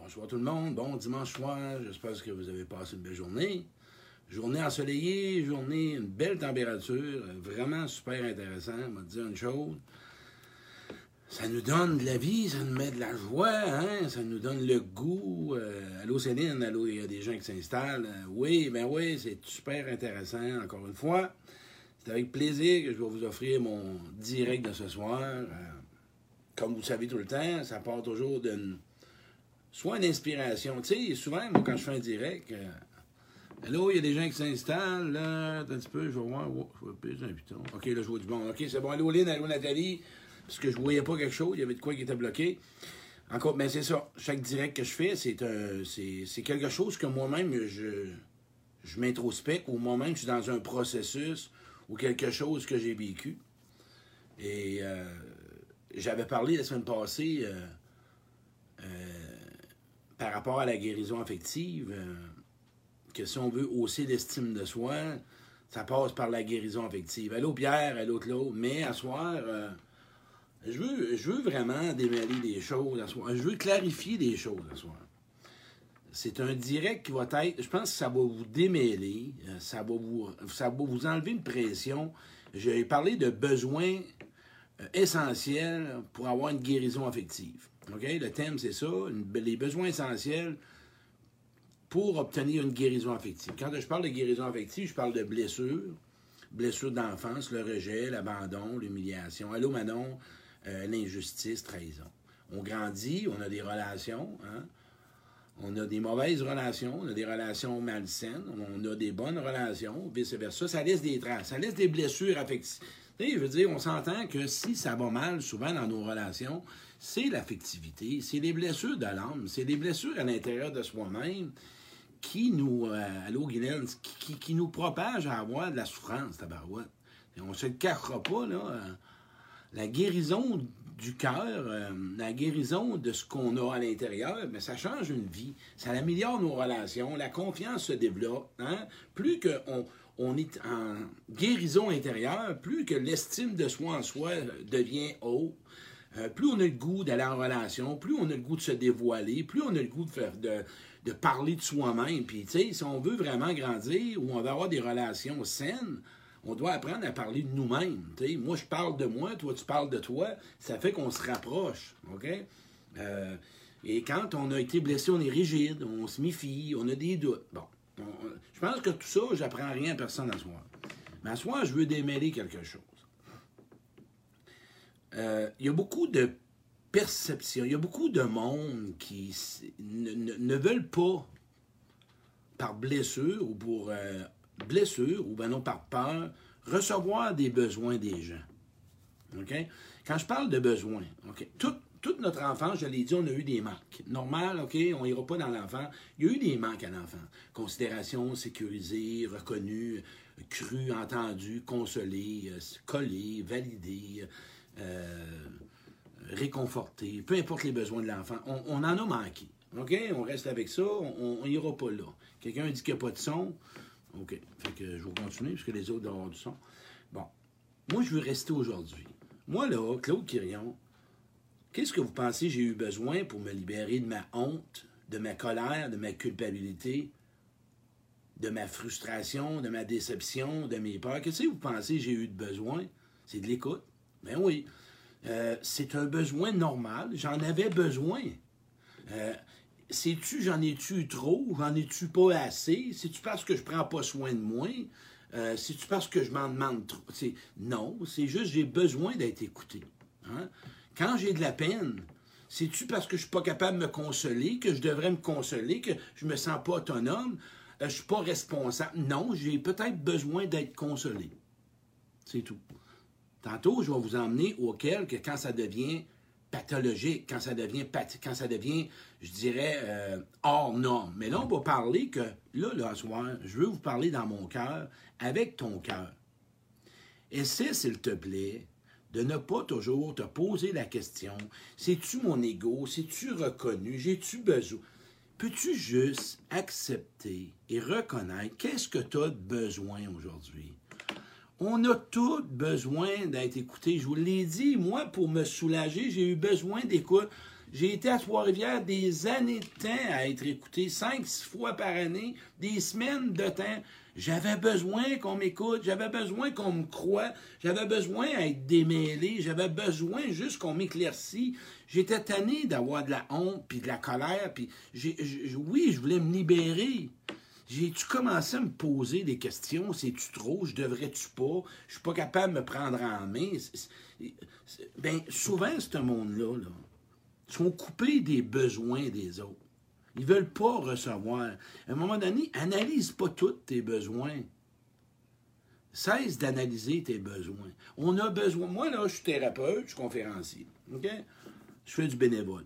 Bonsoir tout le monde, bon dimanche soir, j'espère que vous avez passé une belle journée. Journée ensoleillée, journée, une belle température, vraiment super intéressant. On va te dire une chose, ça nous donne de la vie, ça nous met de la joie, hein? Ça nous donne le goût. Allô Céline, allô, il y a des gens qui s'installent. Oui, ben oui, c'est super intéressant, encore une fois. C'est avec plaisir que je vais vous offrir mon direct de ce soir. Comme vous le savez tout le temps, ça part toujours soit une inspiration. Tu sais, souvent, moi, quand je fais un direct, allô, il y a des gens qui s'installent, là, attends un petit peu, je vais voir, je vais peser un piton. OK, là, je vois du bon. OK, c'est bon, allô Lynn, allô Nathalie, parce que je voyais pas quelque chose, il y avait de quoi qui était bloqué. Encore, mais c'est ça, chaque direct que je fais, c'est quelque chose que moi-même, je m'introspecte, ou moi-même, je suis dans un processus, ou quelque chose que j'ai vécu. Et j'avais parlé la semaine passée par rapport à la guérison affective, que si on veut hausser l'estime de soi, ça passe par la guérison affective. Allô Pierre, allô Claude, mais à soir, je veux vraiment démêler des choses à soir. Je veux clarifier des choses à soir. C'est un direct qui va être, je pense que ça va vous démêler, ça va vous enlever une pression. J'ai parlé de besoins essentiels pour avoir une guérison affective. Okay? Le thème, c'est ça, les besoins essentiels pour obtenir une guérison affective. Quand je parle de guérison affective, je parle de blessures d'enfance, le rejet, l'abandon, l'humiliation. Allô Manon, l'injustice, trahison. On grandit, on a des relations, hein? On a des mauvaises relations, on a des relations malsaines, on a des bonnes relations, vice-versa. Ça laisse des traces, ça laisse des blessures affectives. Je veux dire, on s'entend que si ça va mal, souvent dans nos relations, c'est l'affectivité, c'est les blessures de l'âme, c'est les blessures à l'intérieur de soi-même qui nous, allô Guylaine, qui nous propagent à avoir de la souffrance, tabarouette. Et on ne se le cachera pas, là. La guérison du cœur, la guérison de ce qu'on a à l'intérieur, mais ça change une vie, ça améliore nos relations, la confiance se développe. Hein? Plus qu'on est en guérison intérieure, plus que l'estime de soi en soi devient haut, plus on a le goût d'aller en relation, plus on a le goût de se dévoiler, plus on a le goût de parler de soi-même. Puis, tu sais, si on veut vraiment grandir ou on veut avoir des relations saines, on doit apprendre à parler de nous-mêmes. T'sais. Moi, je parle de moi, toi, tu parles de toi. Ça fait qu'on se rapproche. OK? Et quand on a été blessé, on est rigide, on se méfie, on a des doutes. Bon, je pense que tout ça, j'apprends rien à personne à soir. Mais à soir, je veux démêler quelque chose. Il y a beaucoup de perceptions, il y a beaucoup de monde qui ne veulent pas, par blessure ou pour blessure, ou ben non par peur, recevoir des besoins des gens. OK? Quand je parle de besoins, OK, toute notre enfance, je l'ai dit, on a eu des manques. Normal, OK, on n'ira pas dans l'enfant. Il y a eu des manques à l'enfant. Considération, sécurisée, reconnue, crue, entendue, consolée, collée, validée, réconfortée, peu importe les besoins de l'enfant. On en a manqué. OK? On reste avec ça, on n'ira pas là. Quelqu'un dit qu'il n'y a pas de son. OK. Fait que je vais continuer, puisque les autres doivent avoir du son. Bon. Moi, je veux rester aujourd'hui. Moi, là, Claude Quirion, qu'est-ce que vous pensez j'ai eu besoin pour me libérer de ma honte, de ma colère, de ma culpabilité, de ma frustration, de ma déception, de mes peurs? Qu'est-ce que vous pensez j'ai eu de besoin? C'est de l'écoute. Ben oui. C'est un besoin normal. J'en avais besoin. Sais-tu, j'en ai-tu trop? J'en ai-tu pas assez? C'est-tu parce que je prends pas soin de moi? C'est-tu parce que je m'en demande trop? Non, c'est juste j'ai besoin d'être écouté. Hein? Quand j'ai de la peine, c'est-tu parce que je suis pas capable de me consoler, que je devrais me consoler, que je me sens pas autonome, je suis pas responsable? Non, j'ai peut-être besoin d'être consolé. C'est tout. Tantôt, je vais vous emmener auquel que quand ça devient pathologique, quand ça devient, je dirais, hors norme. Mais là, on va parler que, là, ce soir, je veux vous parler dans mon cœur, avec ton cœur. Essaie, s'il te plaît, de ne pas toujours te poser la question, c'est-tu mon ego, c'est-tu reconnu, j'ai-tu besoin? Peux-tu juste accepter et reconnaître qu'est-ce que tu as de besoin aujourd'hui? On a tous besoin d'être écoutés. Je vous l'ai dit, moi, pour me soulager, j'ai eu besoin d'écoute. J'ai été à Trois-Rivières des années de temps à être écouté, 5-6 fois par année, des semaines de temps. J'avais besoin qu'on m'écoute, j'avais besoin qu'on me croie, j'avais besoin d'être démêlé, j'avais besoin juste qu'on m'éclaircisse. J'étais tanné d'avoir de la honte, puis de la colère, puis oui, je voulais me libérer. J'ai-tu commencé à me poser des questions? C'est-tu trop? Je devrais-tu pas? Je suis pas capable de me prendre en main. Bien, souvent, ce monde-là, là, sont coupés des besoins des autres. Ils ne veulent pas recevoir. À un moment donné, analyse pas tous tes besoins. Cesse d'analyser tes besoins. On a besoin. Moi, là, je suis thérapeute, je suis conférencier. OK? Je fais du bénévole.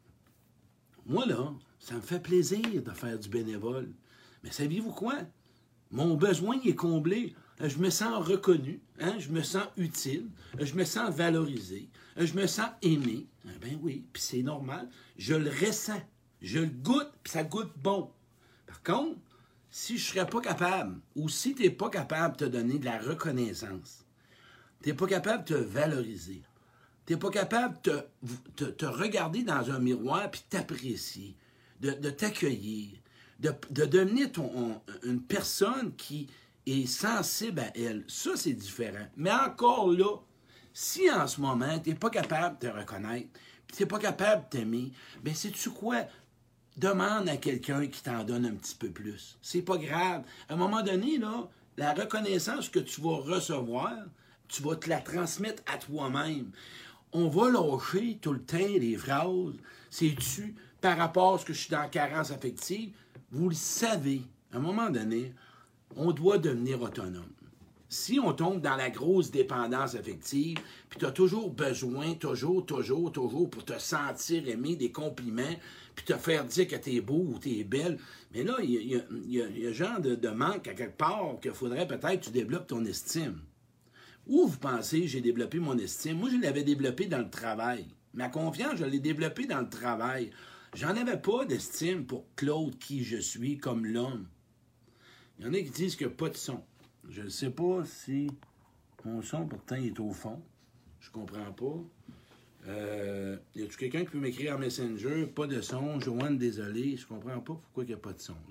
Moi, là, ça me fait plaisir de faire du bénévole. Mais saviez-vous quoi? Mon besoin est comblé. Je me sens reconnu, hein? Je me sens utile, je me sens valorisé, je me sens aimé. Ben oui, puis c'est normal. Je le ressens, je le goûte, puis ça goûte bon. Par contre, si je ne serais pas capable, ou si tu n'es pas capable de te donner de la reconnaissance, tu n'es pas capable de te valoriser, tu n'es pas capable de te regarder dans un miroir puis t'apprécier, de t'accueillir, de devenir une personne qui est sensible à elle. Ça, c'est différent. Mais encore là, si en ce moment, tu n'es pas capable de te reconnaître, puis tu n'es pas capable de t'aimer, bien, sais-tu quoi? Demande à quelqu'un qui t'en donne un petit peu plus. C'est pas grave. À un moment donné, là, la reconnaissance que tu vas recevoir, tu vas te la transmettre à toi-même. On va lâcher tout le temps les phrases. C'est-tu par rapport à ce que je suis dans la carence affective? Vous le savez. À un moment donné, on doit devenir autonome. Si on tombe dans la grosse dépendance affective, puis tu as toujours besoin, toujours, pour te sentir aimé, des compliments, puis te faire dire que tu es beau ou tu es belle, mais là, il y a un genre de manque à quelque part qu'il faudrait peut-être que tu développes ton estime. Où vous pensez que j'ai développé mon estime? Moi, je l'avais développé dans le travail. Ma confiance, je l'ai développée dans le travail. J'en avais pas d'estime pour Claude, qui je suis, comme l'homme. Il y en a qui disent qu'il n'y a pas de son. Je ne sais pas si mon son, pourtant, il est au fond. Je comprends pas. Y a-tu quelqu'un qui peut m'écrire en Messenger? Pas de son. Joanne, désolé. Je comprends pas pourquoi il n'y a pas de son.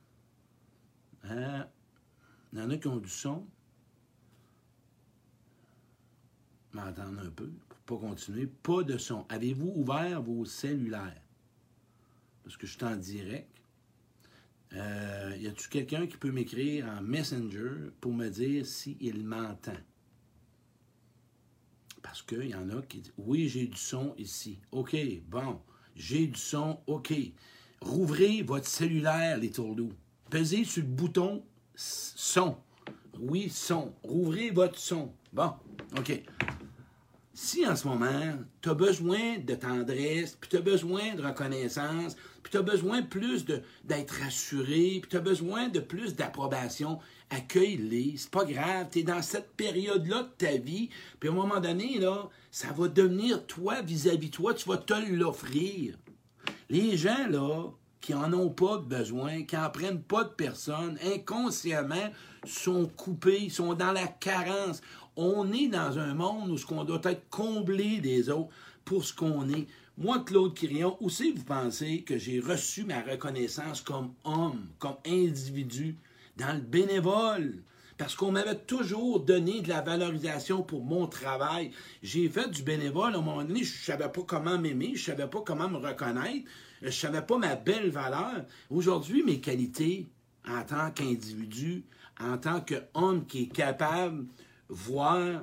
Là. Il y en a qui ont du son. M'entendre un peu pour pas continuer. Pas de son. Avez-vous ouvert vos cellulaires? Parce que je suis en direct. Y a-tu quelqu'un qui peut m'écrire en Messenger pour me dire s'il m'entend? Parce qu'il y en a qui disent « Oui, j'ai du son ici. » OK, bon. J'ai du son. OK. Rouvrez votre cellulaire, les tourloux. Pesez sur le bouton « Son ». Oui, son. Rouvrez votre son. Bon, OK. Si en ce moment, tu as besoin de tendresse, puis tu as besoin de reconnaissance, puis tu as besoin plus d'être rassuré, puis tu as besoin de plus d'approbation, accueille-les. C'est pas grave, tu es dans cette période-là de ta vie, puis à un moment donné, là, ça va devenir toi vis-à-vis toi, tu vas te l'offrir. Les gens, là, qui n'en ont pas de besoin, qui n'en prennent pas de personne, inconsciemment, sont coupés, sont dans la carence. On est dans un monde où on doit être comblé des autres pour ce qu'on est. Moi, Claude Quirion, aussi vous pensez que j'ai reçu ma reconnaissance comme homme, comme individu, dans le bénévole? Parce qu'on m'avait toujours donné de la valorisation pour mon travail. J'ai fait du bénévole, à un moment donné, je ne savais pas comment m'aimer, je ne savais pas comment me reconnaître, je ne savais pas ma belle valeur. Aujourd'hui, mes qualités en tant qu'individu, en tant qu'homme qui est capable de voir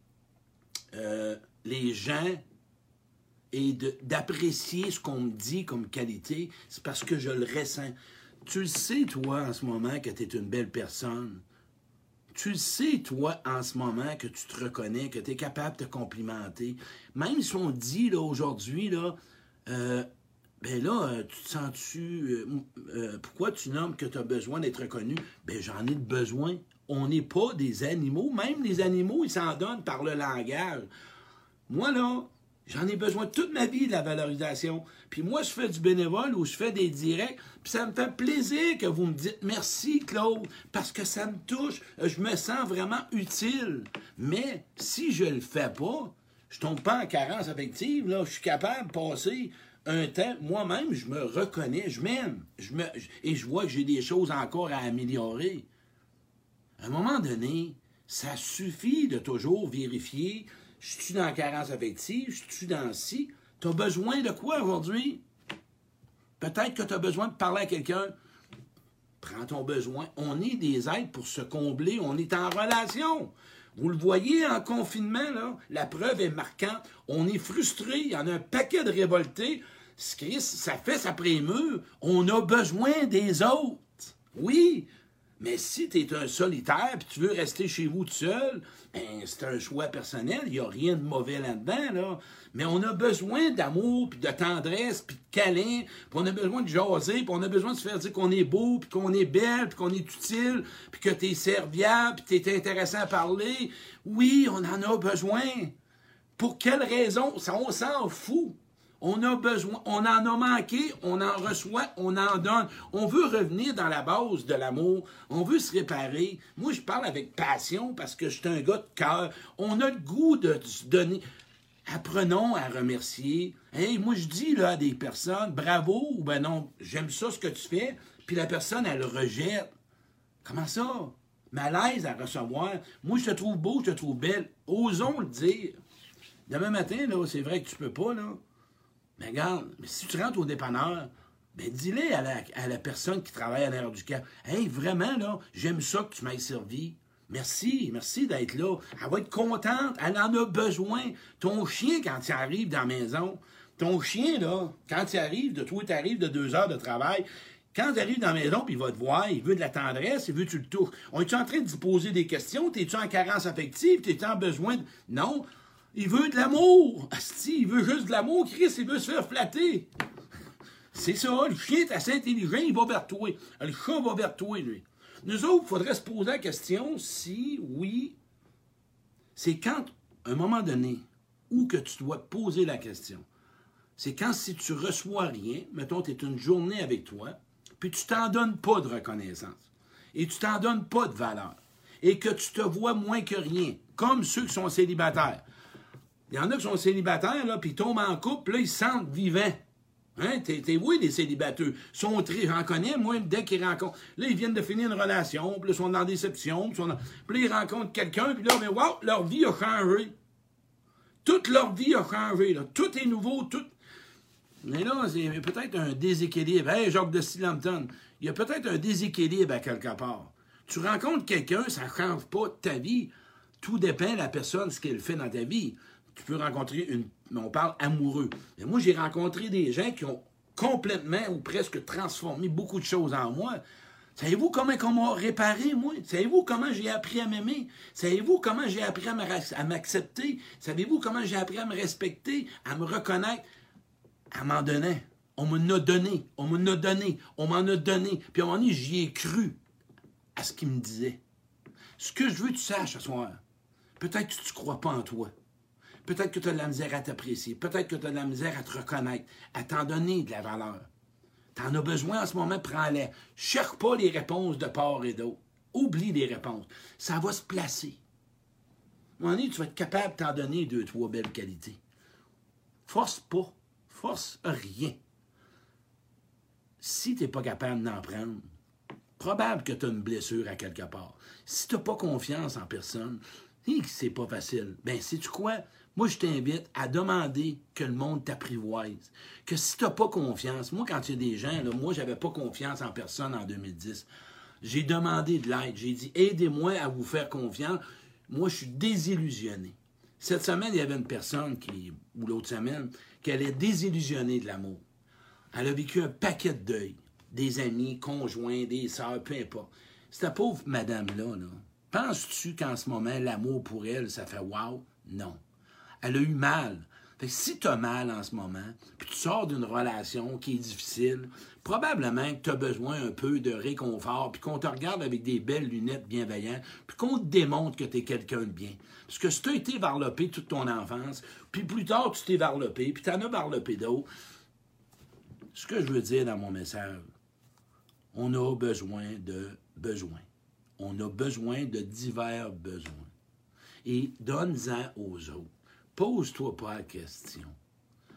les gens et d'apprécier ce qu'on me dit comme qualité, c'est parce que je le ressens. Tu le sais, toi, en ce moment, que tu es une belle personne. Tu le sais, toi, en ce moment, que tu te reconnais, que tu es capable de te complimenter. Même si on dit, là, aujourd'hui, là, ben là, tu te sens-tu... pourquoi tu nommes que tu as besoin d'être reconnu? Ben j'en ai besoin. On n'est pas des animaux. Même les animaux, ils s'en donnent par le langage. Moi, là, j'en ai besoin toute ma vie de la valorisation. Puis moi, je fais du bénévole ou je fais des directs. Puis ça me fait plaisir que vous me dites merci, Claude, parce que ça me touche. Je me sens vraiment utile. Mais si je le fais pas, je tombe pas en carence affective. Là, je suis capable de passer un temps, moi-même, je me reconnais, je m'aime. Et je vois que j'ai des choses encore à améliorer. À un moment donné, ça suffit de toujours vérifier, je suis dans la carence affective, je suis dans ci. Tu as besoin de quoi aujourd'hui? Peut-être que tu as besoin de parler à quelqu'un. Prends ton besoin. On est des êtres pour se combler. On est en relation. Vous le voyez en confinement, là, la preuve est marquante. On est frustré. Il y en a un paquet de révoltés. Ça fait sa prémure. On a besoin des autres. Oui. Mais si tu es un solitaire et tu veux rester chez vous tout seul, ben, c'est un choix personnel. Il n'y a rien de mauvais là-dedans, là. Mais on a besoin d'amour, puis de tendresse, puis de câlin, puis on a besoin de jaser, puis on a besoin de se faire dire qu'on est beau, puis qu'on est belle, puis qu'on est utile, puis que tu es serviable, puis tu es intéressant à parler. Oui, on en a besoin. Pour quelle raison? Ça, on s'en fout. On a besoin, on en a manqué, on en reçoit, on en donne. On veut revenir dans la base de l'amour. On veut se réparer. Moi, je parle avec passion parce que je suis un gars de cœur. On a le goût de se donner. Apprenons à remercier. Hey, moi, je dis là, à des personnes, bravo, ou ben non, j'aime ça ce que tu fais, puis la personne, elle le rejette. Comment ça? Malaise à recevoir. Moi, je te trouve beau, je te trouve belle. Osons le dire. Demain matin, là, c'est vrai que tu peux pas, là. Mais regarde, mais si tu rentres au dépanneur, ben dis-le à la personne qui travaille à l'air du camp. Hey, vraiment, là, j'aime ça que tu m'aies servi. Merci d'être là. Elle va être contente, elle en a besoin. Ton chien, quand il arrive dans la maison, ton chien, là, quand il arrive, toi, tu arrives de 2 heures de travail, quand tu arrives dans la maison, puis il va te voir, il veut de la tendresse, il veut que tu le touches. On est-tu en train de lui poser des questions? T'es-tu en carence affective? T'es-tu en besoin de... Non. Il veut de l'amour. Asti, il veut juste de l'amour. Christ, il veut se faire flatter. C'est ça. Le chien est assez intelligent, il va vers toi. Le chat va vers toi, lui. Nous autres, il faudrait se poser la question si, oui, c'est quand, à un moment donné, où que tu dois poser la question. C'est quand si tu reçois rien, mettons, tu es une journée avec toi, puis tu t'en donnes pas de reconnaissance, et tu t'en donnes pas de valeur, et que tu te vois moins que rien, comme ceux qui sont célibataires. Il y en a qui sont célibataires, là, puis ils tombent en couple, là, ils se sentent vivants. Hein? T'es oui, les célibataires. J'en connais, moi, dès qu'ils rencontrent. Là, ils viennent de finir une relation, puis là, ils sont en déception, puis là, ils rencontrent quelqu'un, puis là, mais wow, leur vie a changé. Toute leur vie a changé, là. Tout est nouveau, tout. Mais là, c'est peut-être un déséquilibre. Hey, Jacques de Silampton, il y a peut-être un déséquilibre à quelque part. Tu rencontres quelqu'un, ça ne change pas ta vie. Tout dépend de la personne, ce qu'elle fait dans ta vie. Tu peux rencontrer on parle amoureux. Mais moi, j'ai rencontré des gens qui ont complètement ou presque transformé beaucoup de choses en moi. Savez-vous comment on m'a réparé, moi? Savez-vous comment j'ai appris à m'aimer? Savez-vous comment j'ai appris à m'accepter? Savez-vous comment j'ai appris à me respecter, à me reconnaître? À m'en donner. On m'en a donné, on m'en a donné, on m'en a donné. Puis à un moment donné, j'y ai cru à ce qu'il me disait. Ce que je veux que tu saches ce soir, peut-être que tu ne crois pas en toi. Peut-être que tu as de la misère à t'apprécier. Peut-être que tu as de la misère à te reconnaître, à t'en donner de la valeur. Tu en as besoin en ce moment, prends-les. Cherche pas les réponses de part et d'autre. Oublie les réponses. Ça va se placer. À un moment donné, tu vas être capable de t'en donner 2, 3 belles qualités. Force pas. Force rien. Si tu n'es pas capable d'en prendre, probable que tu as une blessure à quelque part. Si tu n'as pas confiance en personne, c'est pas facile. Ben, sais-tu quoi? Moi, je t'invite à demander que le monde t'apprivoise. Que si tu n'as pas confiance, moi, quand il y a des gens, là, moi, j'avais pas confiance en personne en 2010. J'ai demandé de l'aide. J'ai dit, aidez-moi à vous faire confiance. Moi, je suis désillusionné. Cette semaine, il y avait une personne ou l'autre semaine, qu'elle est désillusionnée de l'amour. Elle a vécu un paquet de deuil. Des amis, conjoints, des sœurs, peu importe. Cette pauvre madame-là, là, penses-tu qu'en ce moment, l'amour pour elle, ça fait « wow » ? Non. Elle a eu mal. Fait que si tu as mal en ce moment, puis tu sors d'une relation qui est difficile, probablement que tu as besoin un peu de réconfort, puis qu'on te regarde avec des belles lunettes bienveillantes, puis qu'on te démontre que tu es quelqu'un de bien. Parce que si tu as été varlopé toute ton enfance, puis plus tard, tu t'es varlopé, puis tu en as varlopé d'autres, ce que je veux dire dans mon message, on a besoin de besoins. On a besoin de divers besoins. Et donne-en aux autres. Pose-toi pas la question.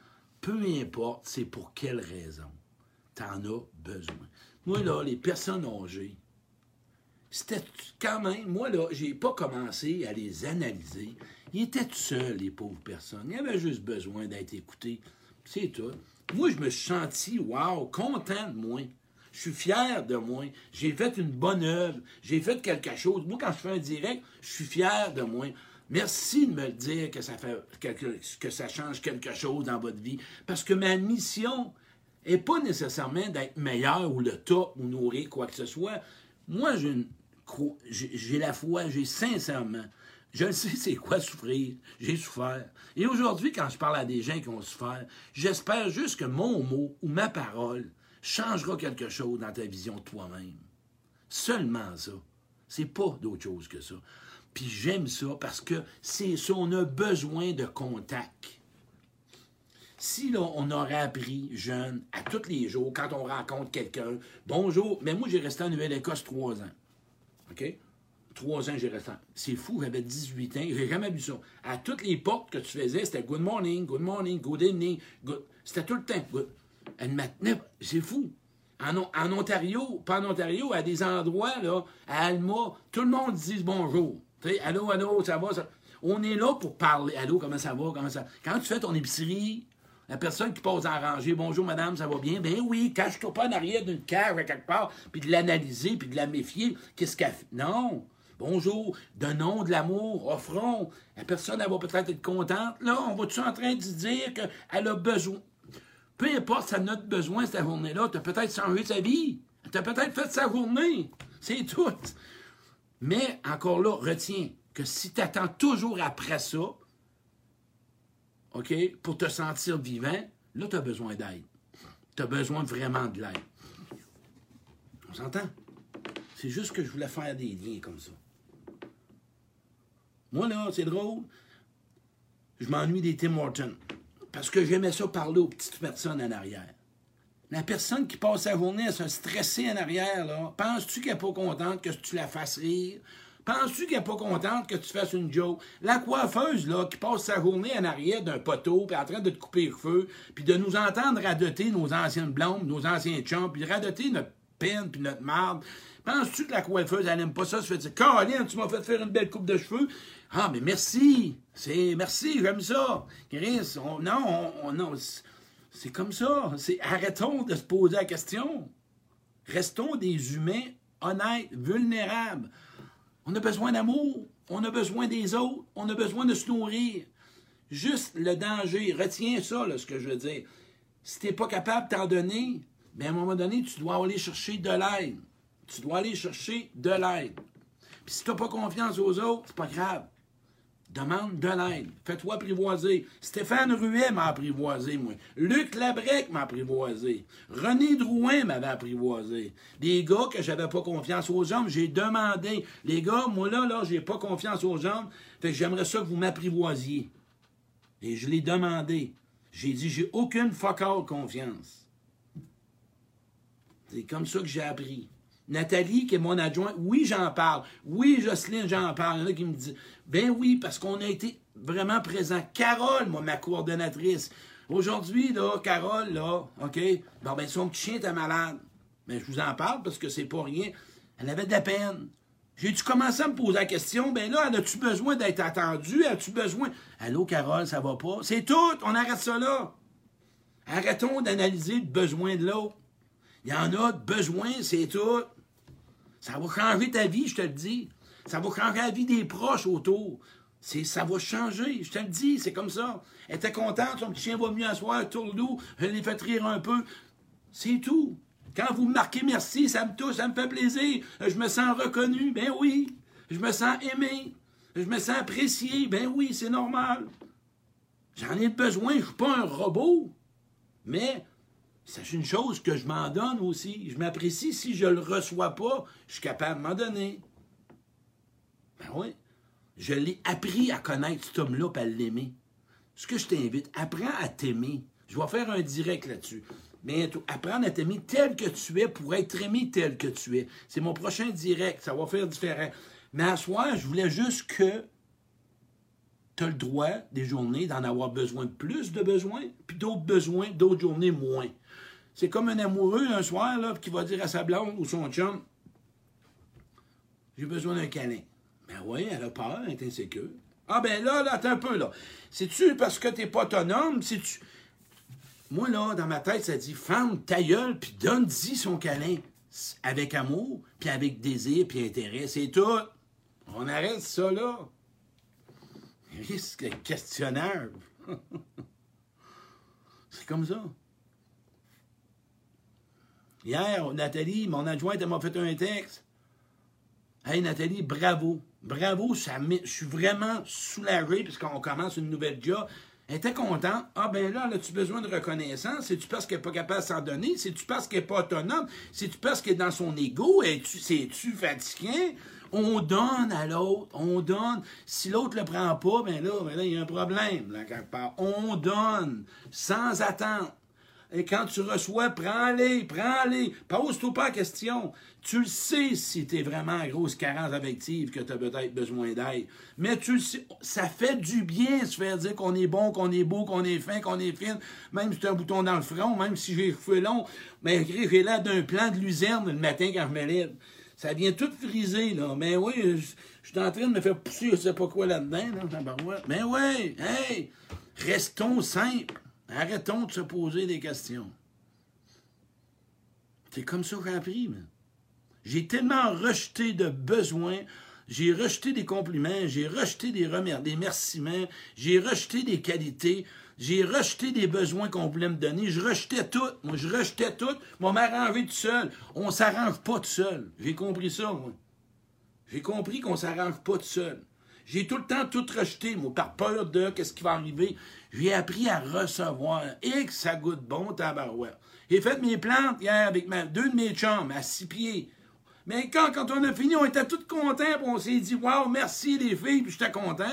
peu importe c'est pour quelle raison, tu en as besoin. Moi, là, les personnes âgées, c'était quand même, moi, là, j'ai pas commencé à les analyser. Ils étaient tout seuls, les pauvres personnes. Ils avaient juste besoin d'être écoutés. C'est tout. Moi, je me suis senti, wow, content de moi. Je suis fier de moi. J'ai fait une bonne œuvre. J'ai fait quelque chose. Moi, quand je fais un direct, je suis fier de moi. Merci de me le dire que ça change quelque chose dans votre vie. Parce que ma mission n'est pas nécessairement d'être meilleur ou le top ou nourrir quoi que ce soit. Moi, j'ai la foi, j'ai sincèrement. Je le sais c'est quoi souffrir. J'ai souffert. Et aujourd'hui, quand je parle à des gens qui ont souffert, j'espère juste que mon mot ou ma parole changera quelque chose dans ta vision de toi-même. Seulement ça. C'est pas d'autre chose que ça. Puis j'aime ça parce que c'est ça, on a besoin de contact. Si là, on aurait appris, jeune, à tous les jours, quand on rencontre quelqu'un, bonjour, mais moi j'ai resté en Nouvelle-Écosse 3 ans. OK? 3 ans, j'ai resté. C'est fou, j'avais 18 ans, j'ai jamais vu ça. À toutes les portes que tu faisais, c'était good morning, good evening, c'était tout le temps. C'est fou. En Ontario, pas en Ontario, à des endroits, là, à Alma, tout le monde dit bonjour. T'sais, allô, ça va, ça. On est là pour parler. Allô, comment ça va, comment ça. Quand tu fais ton épicerie, la personne qui passe en rangée, bonjour madame, ça va bien? Ben oui, cache-toi pas en arrière d'une cave à quelque part, puis de l'analyser, puis de la méfier. Qu'est-ce qu'elle fait? Non. Bonjour, donnons de l'amour, offrons. La personne, elle va peut-être être contente. Là, on va-tu en train de dire qu'elle a besoin? Peu importe si elle a besoin cette journée-là, tu as peut-être changé sa vie. Tu as peut-être fait sa journée. C'est tout. Mais, encore là, retiens que si tu attends toujours après ça, OK, pour te sentir vivant, là, tu as besoin d'aide. Tu as besoin vraiment de l'aide. On s'entend? C'est juste que je voulais faire des liens comme ça. Moi, là, c'est drôle. Je m'ennuie des Tim Hortons. Parce que j'aimais ça parler aux petites personnes en arrière. La personne qui passe sa journée à se stresser en arrière, là, penses-tu qu'elle n'est pas contente que tu la fasses rire? Penses-tu qu'elle n'est pas contente que tu fasses une joke? La coiffeuse, là, qui passe sa journée en arrière d'un poteau, puis en train de te couper le feu, puis de nous entendre radoter nos anciennes blondes, nos anciens chums, puis radoter notre peine, puis notre marde. Penses-tu que la coiffeuse, elle n'aime pas ça? Se fait dire, Caroline, tu m'as fait faire une belle coupe de cheveux. Ah, mais merci. Merci, j'aime ça. Chris, non, c'est comme ça. Arrêtons de se poser la question. Restons des humains honnêtes, vulnérables. On a besoin d'amour. On a besoin des autres. On a besoin de se nourrir. Juste le danger. Retiens ça, là, ce que je veux dire. Si tu n'es pas capable de t'en donner, bien, à un moment donné, tu dois aller chercher de l'aide. Tu dois aller chercher de l'aide. Puis si tu n'as pas confiance aux autres, c'est pas grave. Demande de l'aide. Fais-toi apprivoiser. Stéphane Ruet m'a apprivoisé, moi. Luc Labrec m'a apprivoisé. René Drouin m'avait apprivoisé. Des gars que j'avais pas confiance aux hommes, j'ai demandé. Les gars, moi là, j'ai pas confiance aux hommes. Fait que j'aimerais ça que vous m'apprivoisiez. Et je l'ai demandé. J'ai dit, j'ai aucune fuck-all confiance. C'est comme ça que j'ai appris. Nathalie, qui est mon adjointe, oui, j'en parle. Oui, Jocelyne, j'en parle. Il y en a qui me disent, ben oui, parce qu'on a été vraiment présents. Carole, moi, ma coordonnatrice. Aujourd'hui, là, Carole, là, OK, bon, ben, son petit chien était malade. Mais je vous en parle parce que c'est pas rien. Elle avait de la peine. J'ai-tu commencé à me poser la question, ben là, as-tu besoin d'être attendu? As-tu besoin? Allô, Carole, ça va pas? C'est tout, on arrête ça là. Arrêtons d'analyser le besoin de l'autre. Il y en a de besoin, c'est tout. Ça va changer ta vie, je te le dis. Ça va changer la vie des proches autour. Ça va changer, je te le dis, c'est comme ça. Elle était contente, son petit chien va mieux asseoir, tourne-nous, je l'ai fait rire un peu. C'est tout. Quand vous me marquez merci, ça me touche, ça me fait plaisir. Je me sens reconnu, ben oui. Je me sens aimé. Je me sens apprécié, ben oui, c'est normal. J'en ai besoin, je ne suis pas un robot. Mais c'est une chose que je m'en donne aussi. Je m'apprécie. Si je ne le reçois pas, je suis capable de m'en donner. Ben oui. Je l'ai appris à connaître cet homme-là et à l'aimer. Ce que je t'invite, apprends à t'aimer. Je vais faire un direct là-dessus. Mais apprendre à t'aimer tel que tu es pour être aimé tel que tu es. C'est mon prochain direct. Ça va faire différent. Mais à soir, je voulais juste que tu as le droit, des journées, d'en avoir besoin de plus de besoins, puis d'autres besoins, d'autres journées moins. C'est comme un amoureux, un soir, là, qui va dire à sa blonde ou son chum, « J'ai besoin d'un câlin. » Ben oui, elle a peur, elle est insécure. Ah ben là, attends un peu, là. C'est-tu parce que t'es pas autonome? C'est-tu... Moi, là, dans ma tête, ça dit, ferme ta gueule, puis donne-y son câlin. Avec amour, puis avec désir, puis intérêt, c'est tout. On arrête ça, là. Risque questionnaire. C'est comme ça. Hier, Nathalie, mon adjointe, elle m'a fait un texte. Hey, Nathalie, bravo. Bravo, je suis vraiment soulagé puisqu'on commence une nouvelle job. Elle était contente. Ah, ben là, as-tu besoin de reconnaissance? C'est-tu parce qu'elle n'est pas capable de s'en donner? C'est-tu parce qu'elle n'est pas autonome? C'est-tu parce qu'elle est dans son ego? C'est-tu fatigué? On donne à l'autre. On donne. Si l'autre ne le prend pas, ben là, il y a un problème, là, quelque part. On donne sans attendre. Et quand tu reçois, prends-les. Pose-toi pas la question. Tu le sais si tu es vraiment en grosse carence affective, que tu as peut-être besoin d'aide. Mais tu le sais, ça fait du bien se faire dire qu'on est bon, qu'on est beau, qu'on est fin, qu'on est fine. Même si tu as un bouton dans le front, même si j'ai les cheveux longs, mais j'ai l'air d'un plan de luzerne le matin quand je me lève. Ça vient tout friser, là. Mais oui, je suis en train de me faire pousser, je sais pas quoi là-dedans, là. Mais oui, hey, restons simples. Arrêtons de se poser des questions. C'est comme ça que j'ai appris, man. J'ai tellement rejeté de besoins, j'ai rejeté des compliments, j'ai rejeté des remerciements, j'ai rejeté des qualités, j'ai rejeté des besoins qu'on voulait me donner. Je rejetais tout. Moi, je rejetais tout. Moi, m'arranger tout seul. On ne s'arrange pas tout seul. J'ai compris ça, moi. J'ai compris qu'on ne s'arrange pas tout seul. J'ai tout le temps tout rejeté, moi, par peur de qu'est-ce qui va arriver. J'ai appris à recevoir. Et que ça goûte bon, tabarouette. J'ai fait mes plantes hier avec deux de mes chums à 6 pieds. Mais quand on a fini, on était tous contents, puis on s'est dit, wow, merci les filles, puis j'étais content.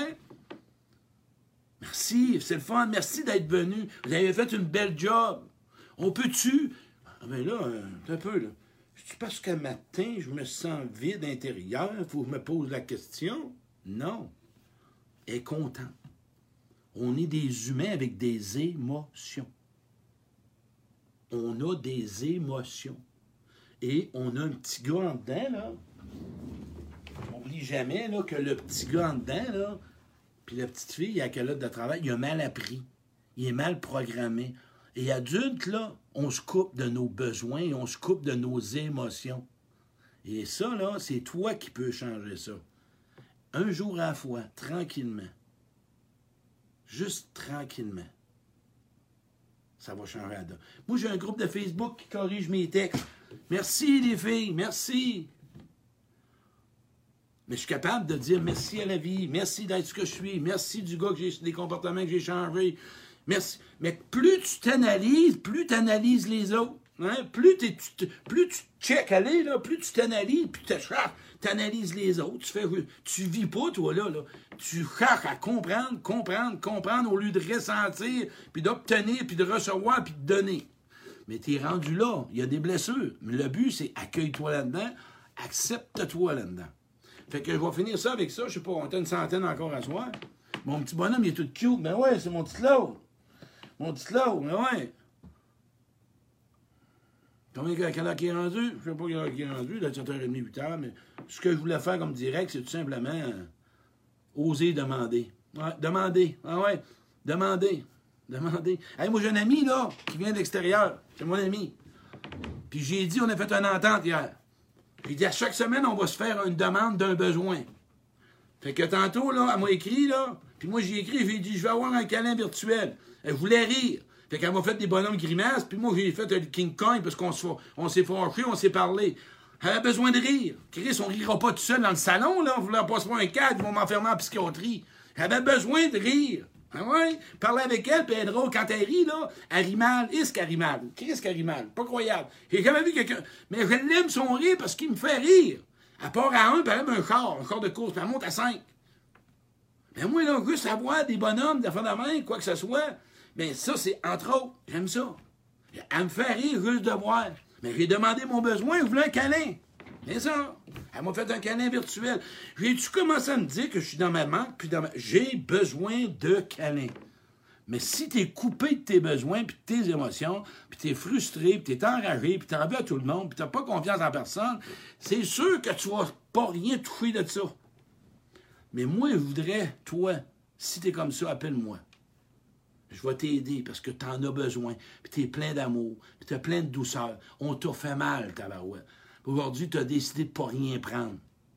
Merci, c'est le fun, merci d'être venus. Vous avez fait une belle job. On peut-tu? Ah ben là, un peu, là. C'est parce que matin, je me sens vide intérieur, il faut que je me pose la question. Non. Elle est contente. On est des humains avec des émotions. On a des émotions. Et on a un petit gars en dedans, là. On n'oublie jamais là, que le petit gars en dedans, là, puis la petite fille à quelle heure de travail, il a mal appris. Il est mal programmé. Et adulte, là, on se coupe de nos besoins et on se coupe de nos émotions. Et ça, là, c'est toi qui peux changer ça. Un jour à la fois, tranquillement. Juste tranquillement. Ça va changer la donne. Moi, j'ai un groupe de Facebook qui corrige mes textes. Merci, les filles, merci. Mais je suis capable de dire merci à la vie, merci d'être ce que je suis, merci du gars que j'ai, des comportements que j'ai changés. Merci. Mais plus tu t'analyses, plus tu analyses les autres. Hein? Plus tu check aller, là, plus tu t'analyses, plus tu analyses les autres. Tu vis pas, toi, là. Tu cherches à comprendre au lieu de ressentir, puis d'obtenir, puis de recevoir, puis de donner. Mais tu es rendu là. Il y a des blessures. Mais le but, c'est accueille-toi là-dedans, accepte-toi là-dedans. Fait que je vais finir ça avec ça. Je sais pas, on a une centaine encore à soir. Mon petit bonhomme, il est tout cute. Ben ouais, c'est mon petit Claude. Mon petit Claude, ben ouais. Quelle heure qu'il est rendu? Je sais pas quelle heure qu'il est rendu. Il est 7h30, 8h. Mais ce que je voulais faire comme direct, c'est tout simplement oser demander. Ouais, demander. Ah ouais, demander. Hey, moi, j'ai un ami, là, qui vient de l'extérieur. C'est mon ami. Puis j'ai dit, on a fait une entente hier. J'ai dit, à chaque semaine, on va se faire une demande d'un besoin. Fait que tantôt, là, elle m'a écrit, là, puis moi, j'ai écrit, j'ai dit, je vais avoir un câlin virtuel. Elle voulait rire. Fait qu'elle m'a fait des bonhommes grimaces, puis moi, j'ai fait le King Kong, parce qu'on s'est fâché, on s'est parlé. Elle a besoin de rire. Chris, on rira pas tout seul dans le salon, là. On voulait pas se faire un cadre, ils vont m'enfermer en psychiatrie. Elle avait besoin de rire. Ah ouais? Parler avec elle, puis elle est drôle. Quand elle rit, là, elle rit mal. Est-ce qu'elle rit mal? Qu'est-ce qu'elle rit mal? Pas croyable. J'ai jamais vu quelqu'un. Mais je l'aime son rire parce qu'il me fait rire. Elle part à 1, puis elle aime un char de course, puis elle monte à 5. Mais moi, là, juste avoir des bonhommes, des affaires de main, quoi que ce soit, bien, ça, c'est entre autres. J'aime ça. Elle me fait rire juste de voir. Mais j'ai demandé mon besoin, je voulais un câlin. Mais ça, Elle m'a fait un câlin virtuel. J'ai-tu commencé à me dire que je suis dans ma manque, puis j'ai besoin de câlin. Mais si tu es coupé de tes besoins, puis de tes émotions, puis tu es frustré, puis tu es enragé, puis tu en veux à tout le monde, puis tu n'as pas confiance en personne, c'est sûr que tu vas pas rien toucher de ça. Mais moi, je voudrais, toi, si tu es comme ça, appelle-moi. Je vais t'aider parce que tu en as besoin, puis tu es plein d'amour, puis tu as plein de douceur. On t'a fait mal, tabarouette. Aujourd'hui, tu as décidé de ne pas rien prendre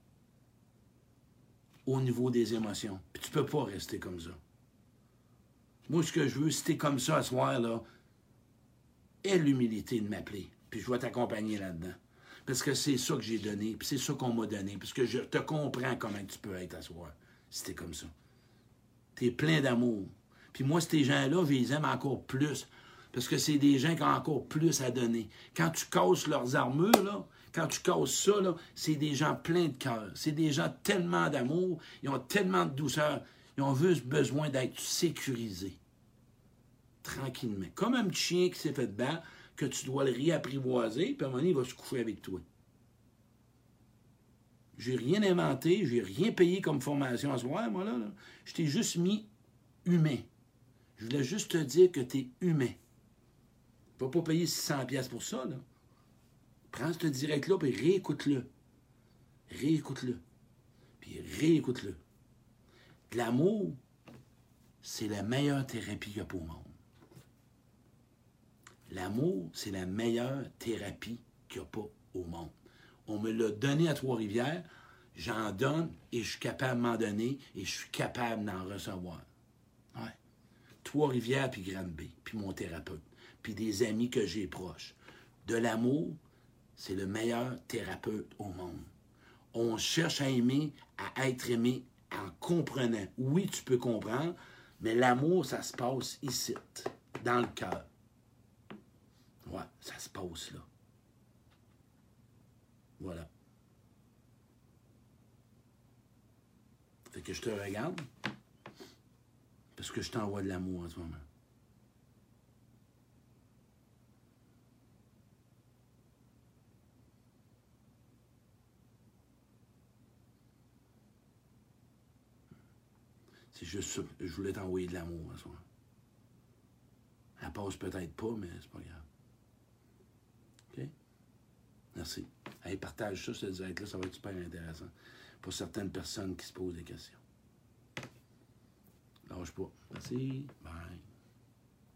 au niveau des émotions. Puis tu ne peux pas rester comme ça. Moi, ce que je veux, si t'es comme ça à ce soir, là, aie l'humilité de m'appeler. Puis je vais t'accompagner là-dedans. Parce que c'est ça que j'ai donné, puis c'est ça qu'on m'a donné. Parce que je te comprends comment tu peux être à ce soir, si t'es comme ça. T'es plein d'amour. Puis moi, ces gens-là, je les aime encore plus. Parce que c'est des gens qui ont encore plus à donner. Quand tu casses leurs armures, là, quand tu casses ça, là, c'est des gens pleins de cœur. C'est des gens tellement d'amour, ils ont tellement de douceur. Ils ont juste besoin d'être sécurisés. Tranquillement. Comme un petit chien qui s'est fait battre, que tu dois le réapprivoiser, puis à un moment donné, il va se coucher avec toi. J'ai rien inventé, j'ai rien payé comme formation à ce soir, moi, là. Je t'ai juste mis humain. Je voulais juste te dire que tu es humain. Tu ne vas pas payer 600$ pour ça, là. Prends ce direct-là, puis réécoute-le. Réécoute-le. Puis réécoute-le. De l'amour, c'est la meilleure thérapie qu'il y a pour le monde. L'amour, c'est la meilleure thérapie qu'il n'y a pas au monde. On me l'a donné à Trois-Rivières, j'en donne et je suis capable de m'en donner et je suis capable d'en recevoir. Ouais. Trois-Rivières puis Granby, puis mon thérapeute, puis des amis que j'ai proches. De l'amour, c'est le meilleur thérapeute au monde. On cherche à aimer, à être aimé, en comprenant. Oui, tu peux comprendre, mais l'amour, ça se passe ici, dans le cœur. Ouais, ça se passe là. Voilà. Fait que je te regarde, parce que je t'envoie de l'amour en ce moment. C'est juste ça. Je voulais t'envoyer de l'amour à soir. Elle passe peut-être pas, mais c'est pas grave. OK? Merci. Allez, partage ça, ce direct-là, ça va être super intéressant pour certaines personnes qui se posent des questions. Lâche pas. Merci. Bye.